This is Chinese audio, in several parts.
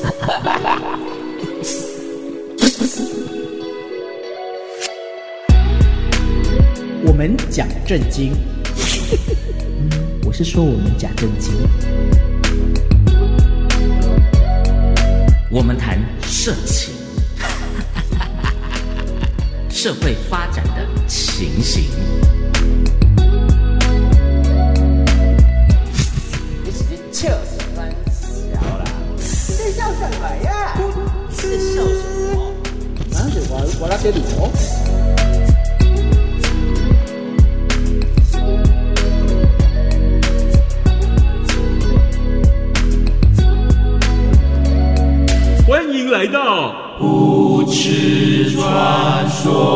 我们讲正经，我是说我们讲正经。 我们谈社情，社会发展的情形。 你是笑三小啦？你笑什么呀？你在笑什么？那是我那边理由。 欢迎来到不耻传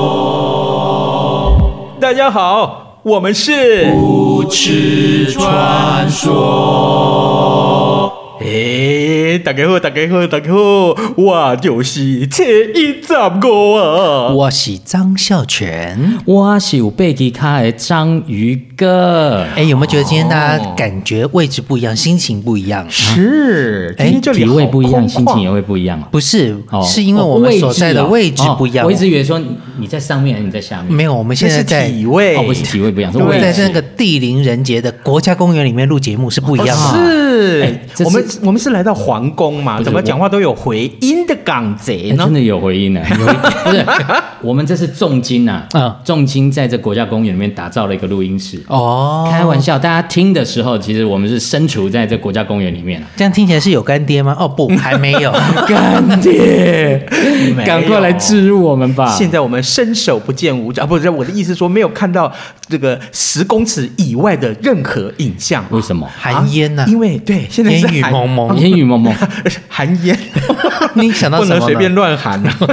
说。大家好，我们是不耻传说。大家好，大家好，大家好，我就是715啊。 我是张孝全， 我是有背吉卡的章鱼哥。 有没有觉得今天大家感觉位置不一样，心情不一样？ 是，今天这里体位不一样，心情也会不一样。 不是，是因为我们所在的位置不一样。 我一直以为说你在上面，你在下面。 没有，我们现在在体位， 不是体位不一样，是位置。 在那个地灵人杰的国家公园里面录节目是不一样的。 是，我们是来到皇宫嘛，怎么讲话都有回音的港贼呢？ 真的有回音呢，不是？我们这是重金啊，重金在这国家公园里面打造了一个录音室。 哦， 开玩笑，大家听的时候，其实我们是身处在这国家公园里面。 这样听起来是有干爹吗？哦不，还没有干爹，赶快来置入我们吧！ 现在我们伸手不见五指啊，不是我的意思说没有看到这个10公尺以外的任何影像。 为什么？ 寒烟呐， 因为对，现在是烟雨蒙蒙， 烟雨蒙蒙， 寒烟。 你想到什么？ 不能随便乱喊啊！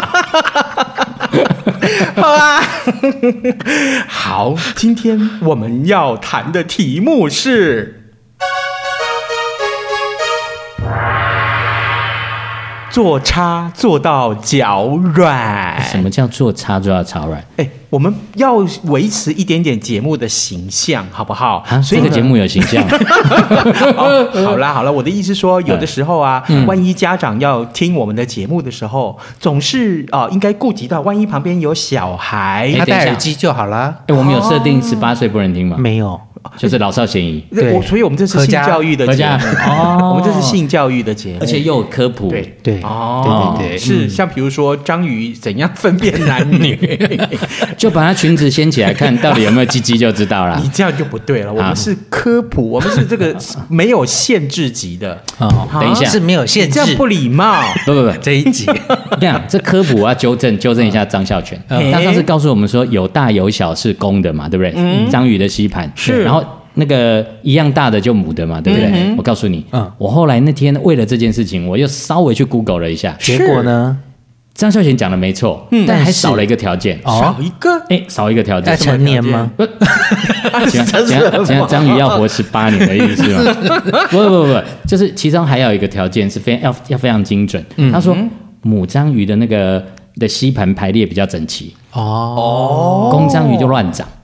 好啊，好，今天我们要谈的题目是做叉做到脚软。 什么叫做叉做到脚软？ 我们要维持一点点节目的形象，好不好？ 所以这个节目有形象。 好啦，我的意思说，有的时候啊，万一家长要听我们的节目的时候，总是应该顾及到，万一旁边有小孩， 他戴耳机就好啦。 我们有设定18岁不能听吗？ 没有。 就是老少咸宜， 对， 所以我们这是性教育的节目我们这是性教育的节目， 而且又有科普， 对， 对，是像比如说章鱼怎样分辨男女， 就把他裙子掀起来看到底有没有鸡鸡就知道了。 你这样就不对了，我们是科普，我们是这个没有限制级的。 等一下， 是没有限制， 这样不礼貌。 不， 这一集， 这样这科普我要纠正一下张孝全。他上次告诉我们说有大有小是公的嘛，对不对？章鱼的吸盘是。 然后那个一样大的就母的嘛，对不对？我告诉你，我后来那天为了这件事情，我又稍微去 Google 了一下， 结果呢， 张孝全讲的没错，但还少了一个条件， 少一个条件， 要成年吗？ 章鱼要活18年的意思吗？不，就是其中还有一个条件是要非常精准。他说母章鱼的那个的吸盘排列比较整齐，公章鱼就乱长。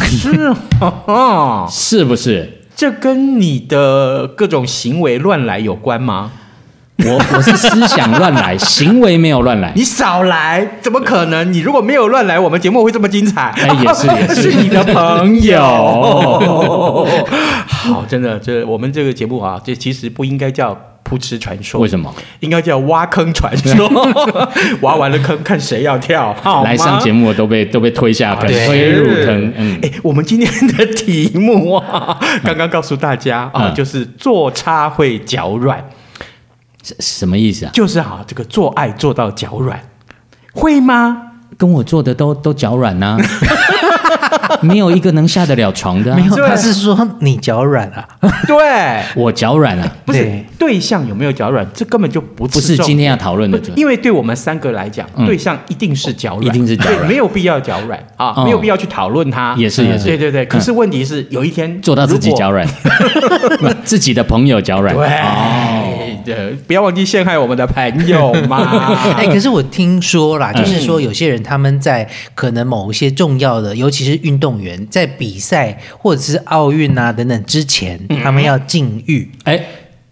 是不是？ 这跟你的各种行为乱来有关吗？ 我是思想乱来，行为没有乱来。 你少来，怎么可能？你如果没有乱来，我们节目会这么精彩？ 也是是你的朋友。好，真的，我们这个节目啊，这其实不应该叫扑哧传说， 为什么？ 应该叫挖坑传说。挖完了坑，看谁要跳。 来上节目都被推下坑，推入坑。 我们今天的题目啊，刚刚告诉大家啊，就是做叉会脚软。 什么意思啊？ 就是这个做爱做到脚软，会吗？ 跟我做的都脚软啊。没有一个能下得了床的。 没有，他是说你脚软啊。 对， 我脚软啊。 不是对象有没有脚软，这根本就不是今天要讨论的。 因为对我们3个来讲，对象一定是脚软， 一定是脚软， 没有必要脚软啊，没有必要去讨论它。 也是， 对。可是问题是，有一天做到自己脚软，自己的朋友脚软。 对，不要忘记陷害我们的朋友嘛。 可是我听说啦，就是说有些人他们在可能某一些重要的，尤其是运动员在比赛或者是奥运啊等等之前，他们要禁欲。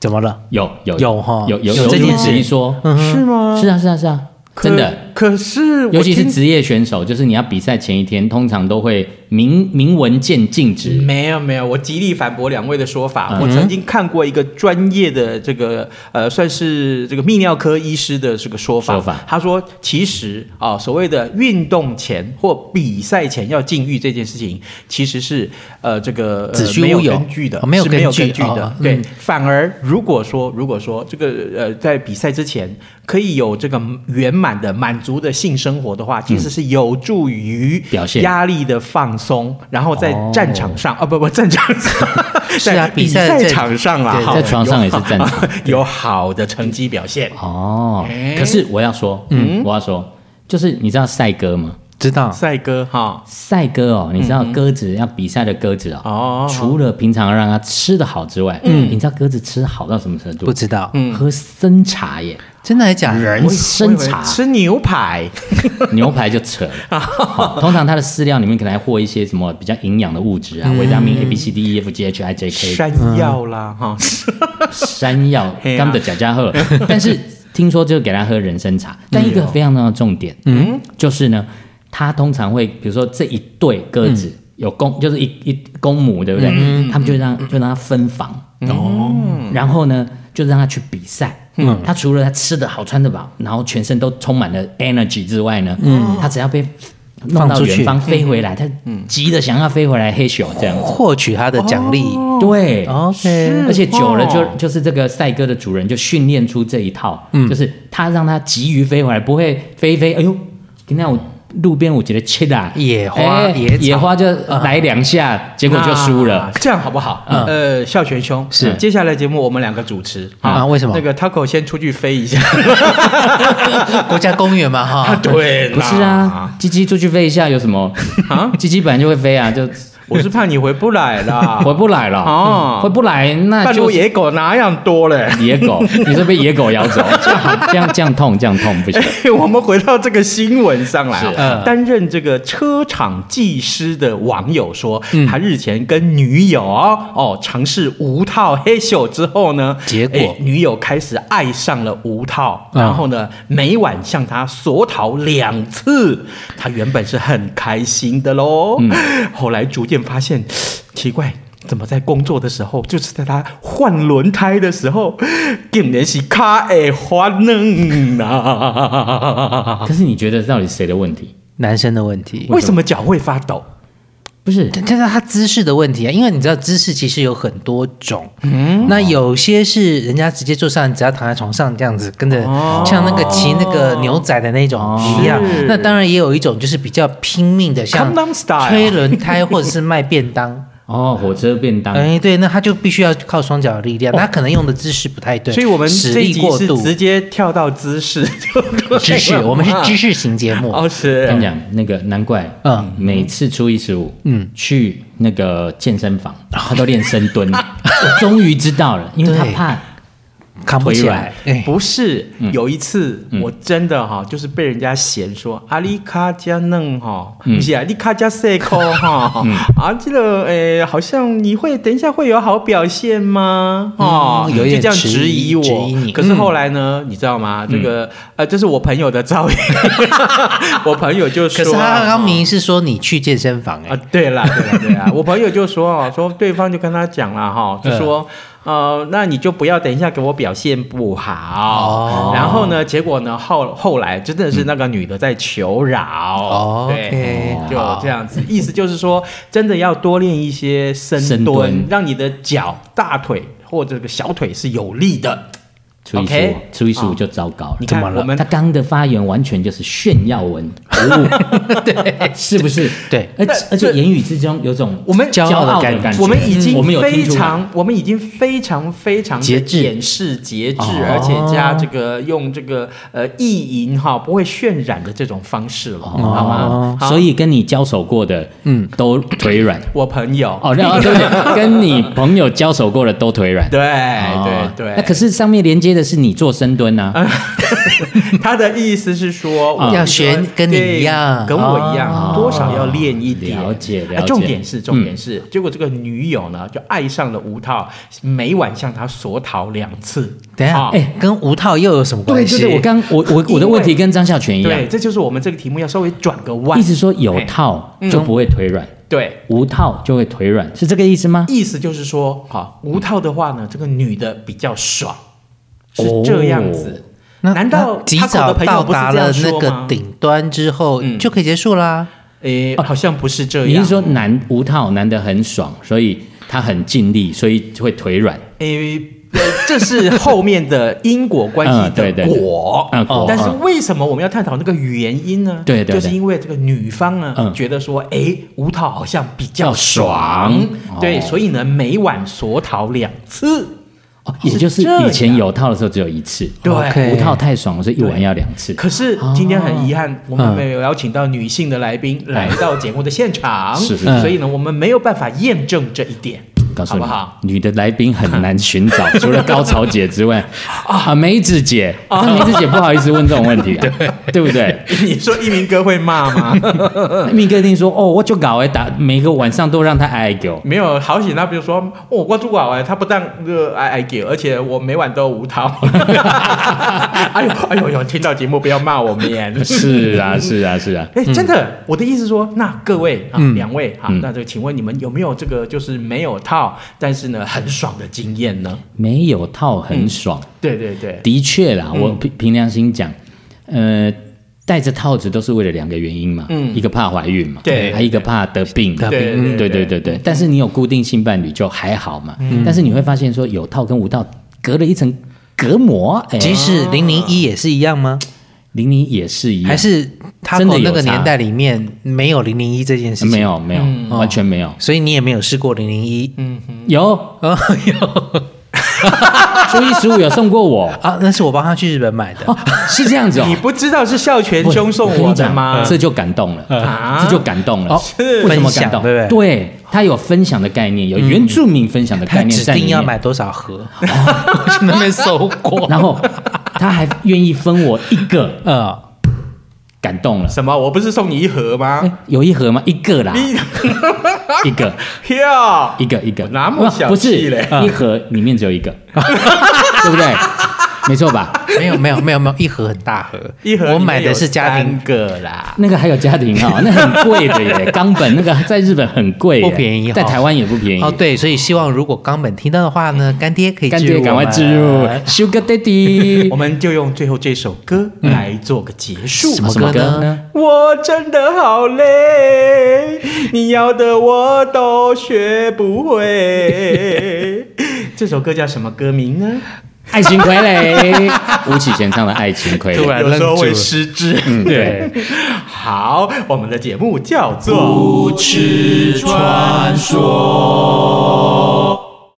怎么了？ 有哈， 有这件事质疑说， 是吗？ 是啊，真的。 可是尤其是职业选手，就是你要比赛前一天，通常都会明文见禁止。 没有，我极力反驳两位的说法。我曾经看过一个专业的这个算是这个泌尿科医师的这个说法。他说，其实所谓的运动前或比赛前要禁欲这件事情，其实是这个没有根据的， 没有根据的。对，反而如果说这个在比赛之前可以有这个圆满的满足的性生活的话，其实是有助于表现压力的放松，然后在战场上战场上是啊， 比赛场上啦， 在床上也是战场， 有好的成绩表现哦。可是我要说，就是你知道赛鸽吗？ 知道赛鸽哈， 赛鸽你知道鸽子要比赛的鸽子除了平常让它吃得好之外，你知道鸽子吃好到什么程度？ 不知道， 喝生茶耶。 真的还假的？ 人参茶吃牛排， 牛排就扯了。通常它的饲料里面可能还和一些什么比较营养的物质啊，维他命 A B C D E F G H I J K， 山药啦哈， 山药他们的假加贺，但是听说就给他喝人参茶。但一个非常重要的重点，就是呢，他通常会比如说这一对鸽子有公，就是一公母，对不对？他们就让它分房然后呢就让他去比赛。他除了他吃得好穿得饱，然后全身都充满了 energy 之外呢，他只要被弄到远方飞回来，他急着想要飞回来黑熊这样子获取他的奖励。 对 ，OK， 而且久了就是这个赛鸽的主人就训练出这一套，就是他让他急于飞回来，不会飞，哎呦，今天我路边我觉得切啊， 野花就来2下，结果就输了。 这样好不好？孝全兄是接下来节目我们2个主持为什么？ 那个 Taco 先出去飞一下， 国家公园嘛哈。 对， 不是啊，鸡鸡出去飞一下有什么？鸡鸡本来就会飞啊，就。 我是怕你回不来啦， 回不来了回不来那半路野狗哪样多嘞？ 野狗，你是被野狗咬走，这样痛不行。 我们回到这个新闻上来，担任这个车厂技师的网友说，他日前跟女友尝试无套黑秀之后呢， 结果女友开始爱上了无套，然后呢每晚向他索讨2次，他原本是很开心的咯，后来逐渐发现奇怪，怎么在工作的时候，就是在他换轮胎的时候，竟然是脚会发软啊！ 可是你觉得到底谁的问题？ 男生的问题。 为什么脚会发抖？ 不是， 这是他姿势的问题啊，因为你知道姿势其实有很多种，那有些是人家直接坐上，只要躺在床上这样子，跟着像那个骑那个牛仔的那种一样。那当然也有一种就是比较拼命的，像推轮胎或者是卖便当。 火车便当。 对，那他就必须要靠双脚的力量，他可能用的姿势不太对， 所以我们这一集是直接跳到姿势， 知识，我们是知识型节目。 是。 跟你讲，那个难怪，每次初一十五，去那个健身房，他都练深蹲。我终于知道了，因为他怕扛不起来。 不是，有一次我真的就是被人家嫌说阿里卡加嫩不是阿里卡加塞扣这个好像你会等一下会有好表现吗？ 有点就这样质疑我。可是后来呢，你知道吗？这个这是我朋友的遭遇，我朋友就说， 可是他刚刚明明是说你去健身房对啦，我朋友就说对方就跟他讲了就说。那你就不要等一下给我表现不好，然后呢，结果呢后来真的是那个女的在求饶，对，就这样子，意思就是说，真的要多练一些深蹲，让你的脚、大腿或者这个小腿是有力的。 初一十五就糟糕了， 你看他刚的发言完全就是炫耀文，对，是不是？ 对， 而且言语之中有种我们骄傲的感觉， 我们已经非常节制、 掩饰、节制，而且加这个用这个意淫不会渲染的这种方式了，好吗？ 所以跟你交手过的，都腿软。 我朋友对不对？跟你朋友交手过的都腿软， 对。 那可是上面连接接的是你做深蹲啊。 他的意思是说， 要学跟你一样， 跟我一样，多少要练一点。 了解。 重点是，结果这个女友呢就爱上了吴涛，每晚向他索讨2次。 等一下，跟吴涛又有什么关系？ 对，我的问题跟张孝全一样。 对，这就是我们这个题目要稍微转个弯。 意思说有套就不会腿软。 对， 无套就会腿软，是这个意思吗？ 意思就是说，无套的话呢，这个女的比较爽，是这样子。难道及早到达了那个顶端之后就可以结束啦？ 好像不是这样。 你是说无套男的很爽，所以他很尽力，所以会腿软？ 这是后面的因果关系的果。但是为什么我们要探讨那个原因呢？ 对， 就是因为这个女方呢觉得说，无套好像比较爽，对，所以呢每晚索讨2次。 也就是以前有套的时候只有1次， 对， 无套太爽了，所以一晚要2次。 可是今天很遗憾，我们没有邀请到女性的来宾来到节目的现场，所以呢，我们没有办法验证这一点。 告诉你， 好不好？ 女的来宾很难寻找，除了高潮姐之外，梅子姐，梅子姐不好意思问这种问题，对不对？ 你说一鸣哥会骂吗？ 一鸣哥一定说，我就搞每个晚上都让他挨给我。 没有，好险他比如说，我就搞他不但挨给，而且我每晚都无套。哎呦，听到节目不要骂我们。 是啊。 真的，我的意思说，那各位2位那就请问你们有没有这个就是没有套？但是呢，很爽的经验呢？ 没有套很爽， 对， 的确啦。我凭良心讲，戴着套子都是为了2个原因嘛，一个怕怀孕嘛， 对， 还一个怕得病，对。但是你有固定性伴侣就还好嘛，但是你会发现说有套跟无套隔了一层隔膜， 即使001也是一样吗 ？001也是一样， 还是他那个年代里面没有001这件事情？ 没有，完全没有。 所以你也没有试过001？ 有。初一15有送过我啊，那是我帮他去日本买的。 是这样子哦。 你不知道是孝全兄送我的吗？ 这就感动了，这就感动了。为什么感动？ 对不对？ 对，他有分享的概念，有原住民分享的概念在里面。 指定要买多少盒？我去那边搜过。 然后他还愿意分我1个，感动了。 什么？我不是送你1盒吗？ 有1盒吗？1个啦，一个，一个， 那么小气嘞？ 不是1盒里面只有1个，对不对？没错吧？ 没有，1盒很大盒 ，1盒我买的是家庭个啦， 那个还有家庭号，那很贵的耶，冈本那个在日本很贵， 不便宜， 在台湾也不便宜。 对，所以希望如果冈本听到的话呢，干爹可以置入， 赶快置入 Sugar Daddy， 我们就用最后这首歌来做个结束。 什么歌呢？ 我真的好累，你要的我都学不会。这首歌叫什么歌名呢？ 爱情傀儡，吴启贤唱的《爱情傀儡》， 有时候会失智。对，好，我们的节目叫做《 无耻传说》。